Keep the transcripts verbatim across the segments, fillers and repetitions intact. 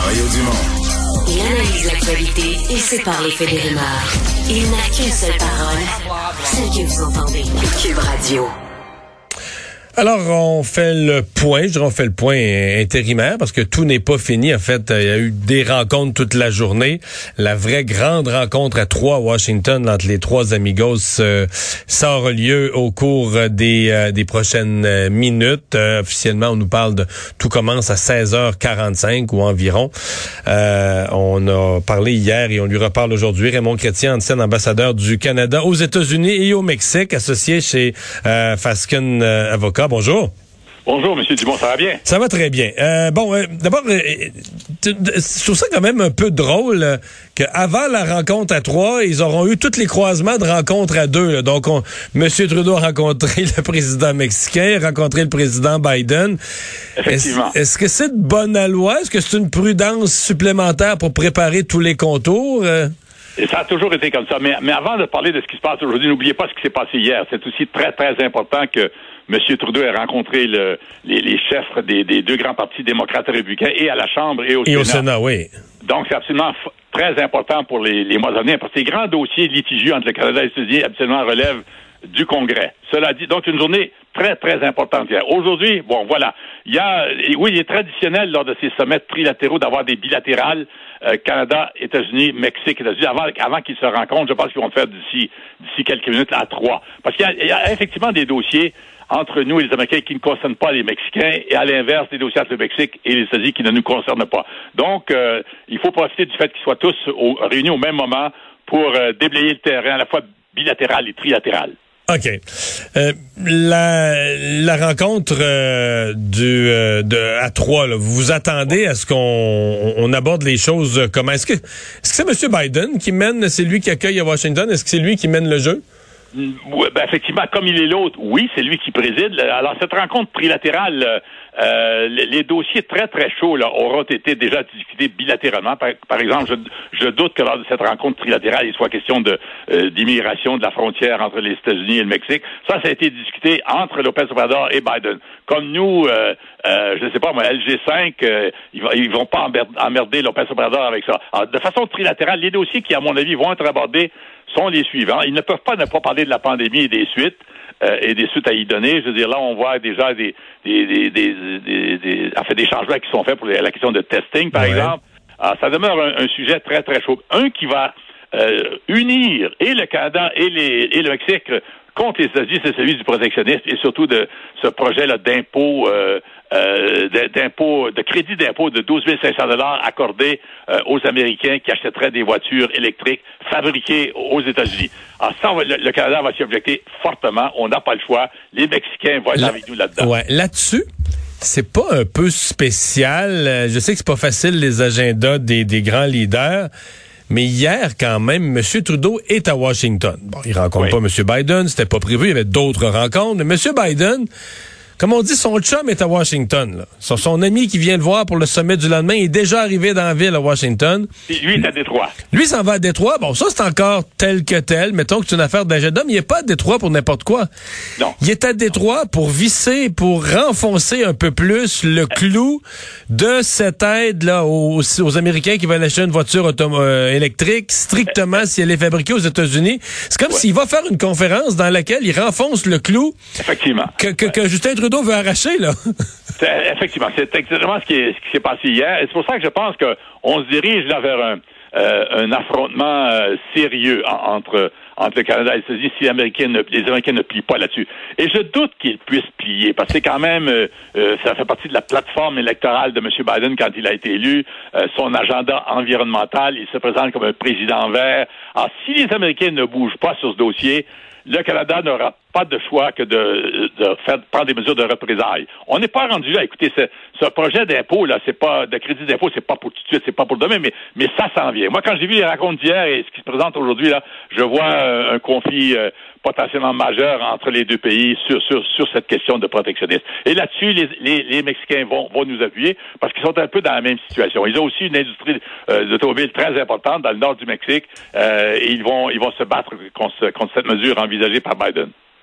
Mario Dumont. Il analyse l'actualité et sépare les faits des rumeurs. Il n'a qu'une seule parole, celle que vous entendez. Cube Radio. Alors, on fait le point, je dirais on fait le point intérimaire parce que tout n'est pas fini. En fait, il y a eu des rencontres toute la journée. La vraie grande rencontre à trois à Washington entre les trois amigos euh, ça aura lieu au cours des euh, des prochaines minutes. Euh, officiellement, on nous parle de tout commence à seize heures quarante-cinq ou environ. Euh, on a parlé hier et on lui reparle aujourd'hui. Raymond Chrétien, ancien ambassadeur du Canada aux États-Unis et au Mexique, associé chez euh, Fasken euh, Avocat. Bonjour. Bonjour, M. Dumont, ça va bien? Ça va très bien. Euh, bon, euh, d'abord, euh, je trouve ça quand même un peu drôle euh, qu'avant la rencontre à trois, ils auront eu tous les croisements de rencontres à deux. Là. Donc, on, M. Trudeau a rencontré le président mexicain, a rencontré le président Biden. Effectivement. Est-ce, est-ce que c'est de bonne loi? Est-ce que c'est une prudence supplémentaire pour préparer tous les contours? Euh? Et ça a toujours été comme ça. Mais, mais avant de parler de ce qui se passe aujourd'hui, n'oubliez pas ce qui s'est passé hier. C'est aussi très, très important que M. Trudeau ait rencontré le, les, les chefs des, des deux grands partis démocrates et républicains et à la Chambre et au et Sénat. Et au Sénat, oui. Donc, c'est absolument f- très important pour les, les mois à venir parce que ces grands dossiers litigieux entre le Canada et les États-Unis absolument relèvent du Congrès. Cela dit, donc une journée très, très importante hier. Aujourd'hui, bon, voilà, il y a, oui, il est traditionnel lors de ces sommets trilatéraux d'avoir des bilatérales, euh, Canada, États-Unis, Mexique, États-Unis, avant, avant qu'ils se rencontrent. Je pense qu'ils vont le faire d'ici, d'ici quelques minutes à trois. Parce qu'il y a, il y a effectivement des dossiers entre nous et les Américains qui ne concernent pas les Mexicains et à l'inverse des dossiers entre le Mexique et les États-Unis qui ne nous concernent pas. Donc, euh, il faut profiter du fait qu'ils soient tous au, réunis au même moment pour euh, déblayer le terrain à la fois bilatéral et trilatéral. OK. Euh, la, la rencontre euh, du euh, de à trois, là, vous vous attendez à ce qu'on on aborde les choses comment? Est-ce que est-ce que c'est M. Biden qui mène, c'est lui qui accueille à Washington? Est-ce que c'est lui qui mène le jeu? Oui, ben effectivement, comme il est l'autre, oui, c'est lui qui préside. Alors, cette rencontre trilatérale, euh, les, les dossiers très, très chauds là, auront été déjà discutés bilatéralement. Par, par exemple, je, je doute que lors de cette rencontre trilatérale, il soit question de euh, d'immigration de la frontière entre les États-Unis et le Mexique. Ça, ça a été discuté entre López Obrador et Biden. Comme nous, euh, euh, je ne sais pas, moi, L G cinq, euh, ils, vont, ils vont pas emmerder, emmerder López Obrador avec ça. Alors, de façon trilatérale, les dossiers qui, à mon avis, vont être abordés sont les suivants. Ils ne peuvent pas ne pas parler de la pandémie et des suites, euh, et des suites à y donner. Je veux dire, là, on voit déjà des, des, des, des, des, des, en fait, des changements qui sont faits pour la question de testing, par ouais. exemple. Alors, ça demeure un, un sujet très, très chaud. Un qui va euh, unir et le Canada et, les, et le Mexique contre les États-Unis, c'est celui du protectionnisme et surtout de ce projet-là d'impôt, euh, euh, d'impôt, de crédit d'impôt de douze mille cinq cents dollars accordé euh, aux Américains qui achèteraient des voitures électriques fabriquées aux États-Unis. Alors ça, le, le Canada va s'y objecter fortement. On n'a pas le choix. Les Mexicains vont être La... avec nous là-dedans. Ouais, là-dessus, c'est pas un peu spécial. Je sais que c'est pas facile les agendas des, des grands leaders. Mais hier, quand même, M. Trudeau est à Washington. Bon, il rencontre oui. pas M. Biden, c'était pas prévu, il y avait d'autres rencontres. Mais M. Biden, comme on dit, son chum est à Washington. Là. Son, son ami qui vient le voir pour le sommet du lendemain est déjà arrivé dans la ville à Washington. Et lui est à Détroit. Lui s'en va à Détroit. Bon, ça, c'est encore tel que tel. Mettons que c'est une affaire d'agenda, mais il n'est pas à Détroit pour n'importe quoi. Non. Il est à Détroit pour visser, pour renfoncer un peu plus le clou de cette aide-là aux, aux Américains qui veulent acheter une voiture autom- euh, électrique, strictement si elle est fabriquée aux États-Unis. C'est comme ouais. s'il va faire une conférence dans laquelle il renfonce le clou. Effectivement. Que, que, ouais. que Justin Trudeau veut arracher, là. C'est, effectivement, c'est exactement ce qui, est, ce qui s'est passé hier. Et c'est pour ça que je pense qu'on se dirige là vers un, euh, un affrontement euh, sérieux en, entre, entre le Canada et les États-Unis si les Américains ne, les Américains ne plient pas là-dessus. Et je doute qu'ils puissent plier, parce que c'est quand même, euh, euh, ça fait partie de la plateforme électorale de M. Biden quand il a été élu, euh, son agenda environnemental, il se présente comme un président vert. Alors, si les Américains ne bougent pas sur ce dossier, le Canada n'aura pas de choix que de, de faire prendre des mesures de représailles. On n'est pas rendu là. Écoutez, ce, ce projet d'impôt là, c'est pas de crédit d'impôt, c'est pas pour tout de suite, c'est pas pour demain, mais mais ça s'en vient. Moi, quand j'ai vu les rencontres d'hier et ce qui se présente aujourd'hui là, je vois euh, un conflit euh, potentiellement majeur entre les deux pays sur sur sur cette question de protectionnisme. Et là-dessus, les les, les Mexicains vont vont nous appuyer parce qu'ils sont un peu dans la même situation. Ils ont aussi une industrie euh, d'automobile très importante dans le nord du Mexique euh, et ils vont ils vont se battre contre, contre cette mesure envisagée par Biden.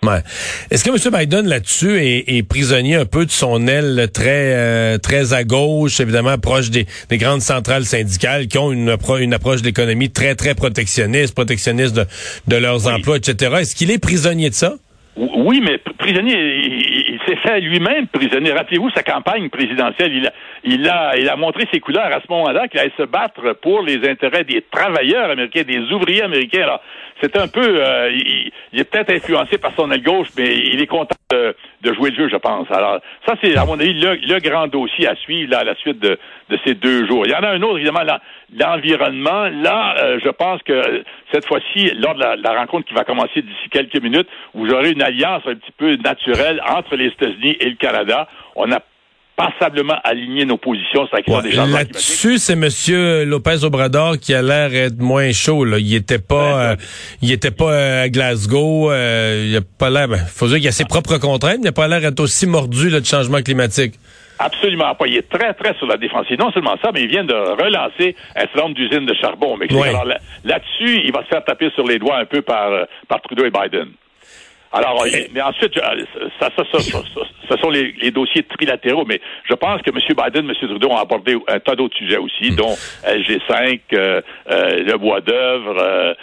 Ouais. Est-ce que M. Biden, là-dessus, est, est prisonnier un peu de son aile très euh, très à gauche, évidemment proche des, des grandes centrales syndicales qui ont une, appro- une approche de l'économie très, très protectionniste, protectionniste de, de leurs oui. emplois, et cetera. Est-ce qu'il est prisonnier de ça? Oui, mais prisonnier, il, il s'est fait lui-même prisonnier. Rappelez-vous sa campagne présidentielle. Il a, il a, il a montré ses couleurs à ce moment-là qu'il allait se battre pour les intérêts des travailleurs américains, des ouvriers américains. Alors, c'est un peu, euh, il, il est peut-être influencé par son aile gauche, mais il est content de, de jouer le jeu, je pense. Alors, ça, c'est, à mon avis, le, le grand dossier à suivre là, à la suite de, de ces deux jours. Il y en a un autre, évidemment, là, l'environnement. Là, euh, je pense que cette fois-ci, lors de la, la rencontre qui va commencer d'ici quelques minutes, vous aurez une alliance un petit peu naturelle entre les États-Unis et le Canada. On a passablement aligné nos positions sur la question ouais, des changements climatiques. Là-dessus, c'est M. Lopez Obrador qui a l'air être moins chaud. Là. Il était pas, ouais, euh, il était pas euh, à Glasgow. Euh, il a pas l'air. Ben, faut dire qu'il a ses propres contraintes, mais il a pas l'air d'être aussi mordu là, de changement climatique. Absolument pas. Il est très, très sur la défensive. Non seulement ça, mais il vient de relancer un certain nombre d'usines de charbon. Mais ouais. Alors là, là-dessus, il va se faire taper sur les doigts un peu par, par Trudeau et Biden. Alors, okay. mais ensuite, ça, ça, ça, ça, ça, ce sont les, les dossiers trilatéraux, mais je pense que M. Biden, M. Trudeau ont abordé un tas d'autres sujets aussi, mm. dont L G cinq, euh, euh, le bois d'œuvre, euh,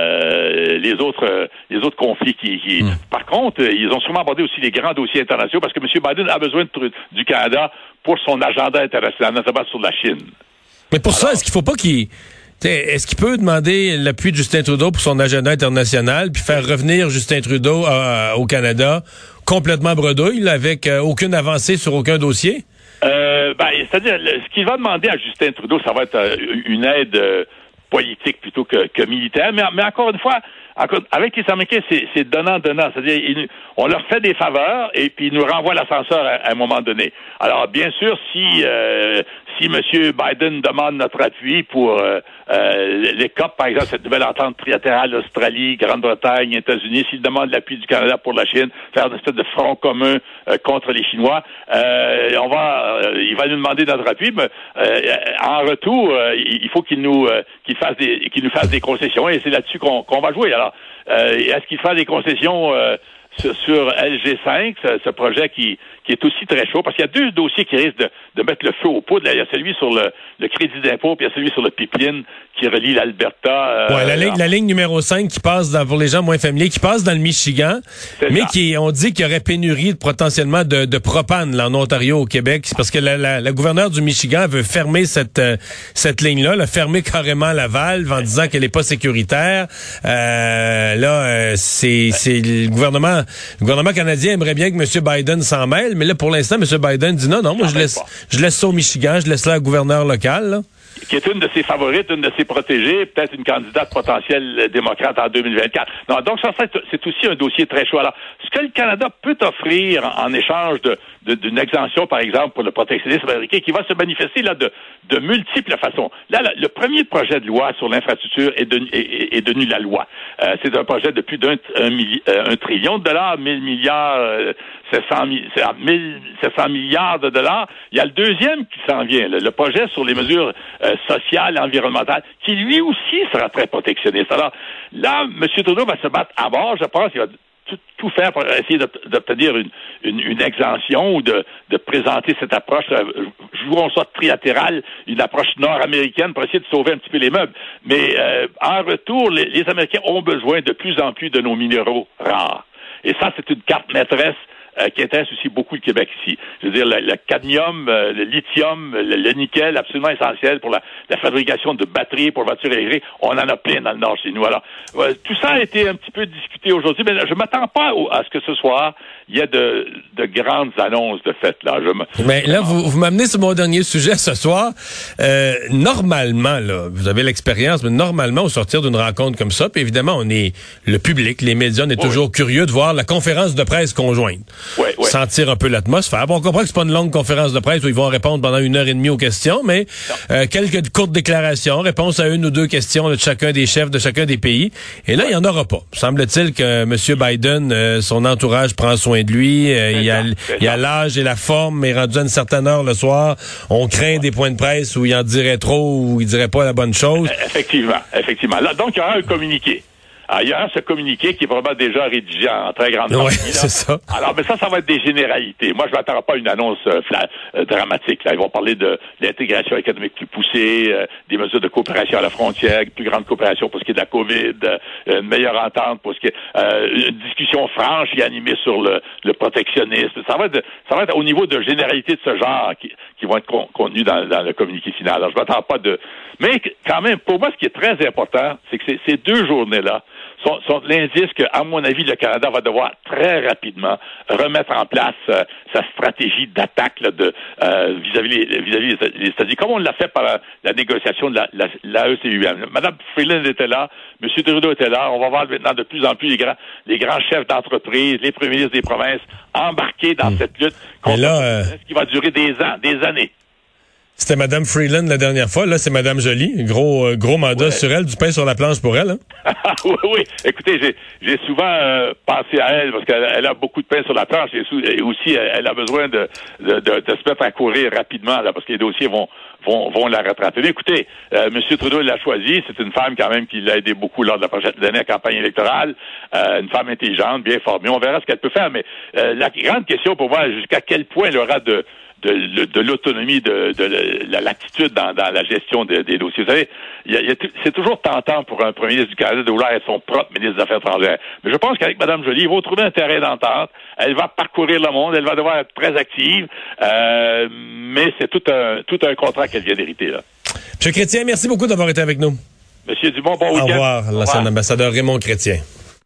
euh, les autres euh, les autres conflits qui... qui... Mm. Par contre, ils ont sûrement abordé aussi les grands dossiers internationaux, parce que M. Biden a besoin de, du Canada pour son agenda international, notamment sur la Chine. Mais pour Alors, ça, est-ce qu'il ne faut pas qu'il... T'sais, est-ce qu'il peut demander l'appui de Justin Trudeau pour son agenda international, puis faire revenir Justin Trudeau euh, au Canada complètement bredouille, là, avec euh, aucune avancée sur aucun dossier? Euh, ben, c'est-à-dire, le, ce qu'il va demander à Justin Trudeau, ça va être euh, une aide euh, politique plutôt que, que militaire. Mais, mais encore une fois, encore, avec les Américains, c'est, c'est donnant-donnant. C'est-à-dire, ils, on leur fait des faveurs et puis ils nous renvoient l'ascenseur à, à un moment donné. Alors, bien sûr, si euh, si M. Biden demande notre appui pour euh, euh, les C O P, par exemple, cette nouvelle entente trilatérale Australie, Grande-Bretagne, États-Unis, s'il demande l'appui du Canada pour la Chine, faire une espèce de front commun euh, contre les Chinois, euh, on va, euh, il va nous demander notre appui, mais euh, en retour, euh, il faut qu'il nous euh, qu'il fasse des qu'il nous fasse des concessions et c'est là-dessus qu'on, qu'on va jouer. Alors, euh, est-ce qu'il fera des concessions euh, sur, sur L G cinq, ce, ce projet qui qui est aussi très chaud, parce qu'il y a deux dossiers qui risquent de, de mettre le feu aux poudres. Il y a celui sur le, le crédit d'impôt, puis il y a celui sur le pipeline qui relie l'Alberta. Euh, ouais, la ligne, la ligne numéro cinq qui passe dans, pour les gens moins familiers, qui passe dans le Michigan, c'est mais ça. Qui, on dit qu'il y aurait pénurie de, potentiellement de, de propane là, en Ontario, au Québec, c'est parce que la, la, la gouverneure du Michigan veut fermer cette euh, cette ligne-là, là, fermer carrément la valve en disant qu'elle n'est pas sécuritaire. Euh, là, euh, c'est, c'est le gouvernement, le gouvernement canadien aimerait bien que M. Biden s'en mêle. Mais là, pour l'instant, M. Biden dit non, non, moi, je laisse, je laisse ça au Michigan, je laisse ça au gouverneur local, là. Qui est une de ses favorites, une de ses protégées, peut-être une candidate potentielle démocrate en deux mille vingt-quatre. Non, donc ça, c'est aussi un dossier très chaud. Alors, ce que le Canada peut offrir en, en échange de, de, d'une exemption, par exemple, pour le protectionnisme américain, qui va se manifester là de, de multiples façons. Là, le, le premier projet de loi sur l'infrastructure est, de, est, est devenu la loi. Euh, c'est un projet de plus d'un un, milli, euh, un trillion de dollars, mille milliards, euh, sept cents milliards de dollars. Il y a le deuxième qui s'en vient, le, le projet sur les mesures euh, sociales et environnementales, qui lui aussi sera très protectionniste. Alors là, M. Trudeau va se battre à bord, je pense, il va tout, tout faire pour essayer d'obtenir une, une, une exemption ou de, de présenter cette approche, jouons soit trilatérale, une approche nord-américaine pour essayer de sauver un petit peu les meubles. Mais euh, en retour, les, les Américains ont besoin de plus en plus de nos minéraux rares. Et ça, c'est une carte maîtresse Euh, qui intéresse aussi beaucoup le Québec ici. Je veux dire, le, le cadmium, euh, le lithium, le, le nickel, absolument essentiel pour la, la fabrication de batteries pour voitures électriques. On en a plein dans le Nord chez nous. Alors, euh, tout ça a été un petit peu discuté aujourd'hui, mais je m'attends pas au, à ce que ce soir, il y ait de, de grandes annonces de fait. Là. Je me... Mais là, vous, vous m'amenez sur mon dernier sujet ce soir. Euh, normalement, là, vous avez l'expérience, mais normalement, au sortir d'une rencontre comme ça, puis évidemment, on est le public, les médias, on est oui. toujours curieux de voir la conférence de presse conjointe. Ouais, ouais. Sentir un peu l'atmosphère. Bon, on comprend que c'est pas une longue conférence de presse où ils vont répondre pendant une heure et demie aux questions, mais euh, quelques courtes déclarations, réponse à une ou deux questions là, de chacun des chefs de chacun des pays. Et là, ouais. il y en aura pas. Semble-t-il que M. Biden, euh, son entourage prend soin de lui. Euh, il y a, il y a l'âge et la forme, mais rendu à une certaine heure le soir, on craint ouais. des points de presse où il en dirait trop ou il dirait pas la bonne chose. Effectivement, effectivement. Là, donc, il y aura un communiqué. Alors, il y a ce communiqué qui est probablement déjà rédigé en très grande partie. Oui, c'est ça. Alors, mais ça, ça va être des généralités. Moi, je ne m'attends pas à une annonce euh, fla- euh, dramatique. Là. Ils vont parler de l'intégration économique plus poussée, euh, des mesures de coopération à la frontière, plus grande coopération pour ce qui est de la COVID, euh, une meilleure entente pour ce qui est euh, une discussion franche et animée sur le, le protectionnisme. Ça va être, ça va être au niveau de généralité de ce genre qui, qui vont être con, contenues dans, dans le communiqué final. Alors, je ne m'attends pas de... Mais quand même, pour moi, ce qui est très important, c'est que ces, ces deux journées-là sont, sont l'indice que, à mon avis, le Canada va devoir très rapidement remettre en place euh, sa stratégie d'attaque là, de, euh, vis-à-vis, les, vis-à-vis des États-Unis, comme on l'a fait par la, la négociation de la, la, la E C U M. Madame Freeland était là, M. Trudeau était là. On va voir maintenant de plus en plus les grands, les grands chefs d'entreprise, les premiers ministres des provinces embarqués dans mmh. cette lutte contre là, euh... ce qui va durer des ans, des années. C'était Mme Freeland la dernière fois. Là, c'est Mme Joly. Gros, euh, gros mandat ouais. sur elle, du pain sur la planche pour elle. Hein? oui, oui. Écoutez, j'ai, j'ai souvent euh, pensé à elle parce qu'elle elle a beaucoup de pain sur la planche et, sous, et aussi elle, elle a besoin de, de, de, de se mettre à courir rapidement là parce que les dossiers vont vont, vont la rattraper. Mais écoutez, euh, M. Trudeau l'a choisi. C'est une femme quand même qui l'a aidé beaucoup lors de la prochaine année à campagne électorale. Euh, une femme intelligente, bien formée. On verra ce qu'elle peut faire. Mais euh, la grande question pour moi, jusqu'à quel point elle aura de De, de, de l'autonomie, de, de la latitude dans, dans la gestion de, des dossiers. Vous savez, il y a, il y a, c'est toujours tentant pour un premier ministre du Canada de vouloir être son propre ministre des Affaires étrangères. Mais je pense qu'avec Mme Joly, ils vont trouver un terrain d'entente. Elle va parcourir le monde, elle va devoir être très active, euh, mais c'est tout un, tout un contrat qu'elle vient d'hériter, là. M. Chrétien, merci beaucoup d'avoir été avec nous. Monsieur Dumont, bon week-end. Au revoir, l'ancien ambassadeur Raymond Chrétien.